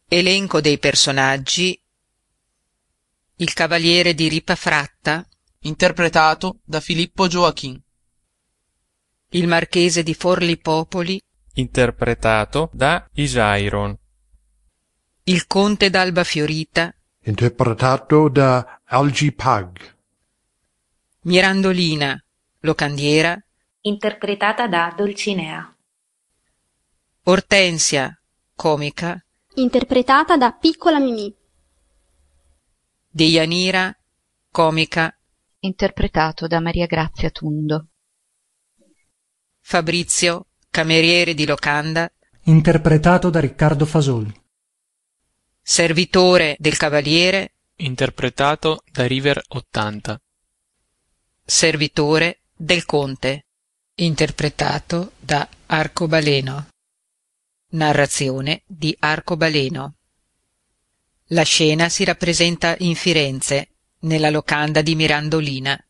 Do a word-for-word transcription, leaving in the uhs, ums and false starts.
Elenco dei personaggi. Il cavaliere di Ripafratta, interpretato da Filippo Gioachin. il marchese di Forlipopoli, interpretato da Isairon. il conte d'Alba Fiorita, interpretato da Algy Pug. Mirandolina, locandiera, interpretata da Dulcinea. Ortensia, comica, interpretata da Piccola Mimì. Deianira, comica, interpretato da Maria Grazia Tundo. Fabrizio, cameriere di locanda, interpretato da Riccardo Fasoli. servitore del cavaliere, interpretato da River ottanta. servitore del conte, interpretato da Arcobaleno. Narrazione di Arcobaleno. La scena si rappresenta in Firenze, nella locanda di Mirandolina.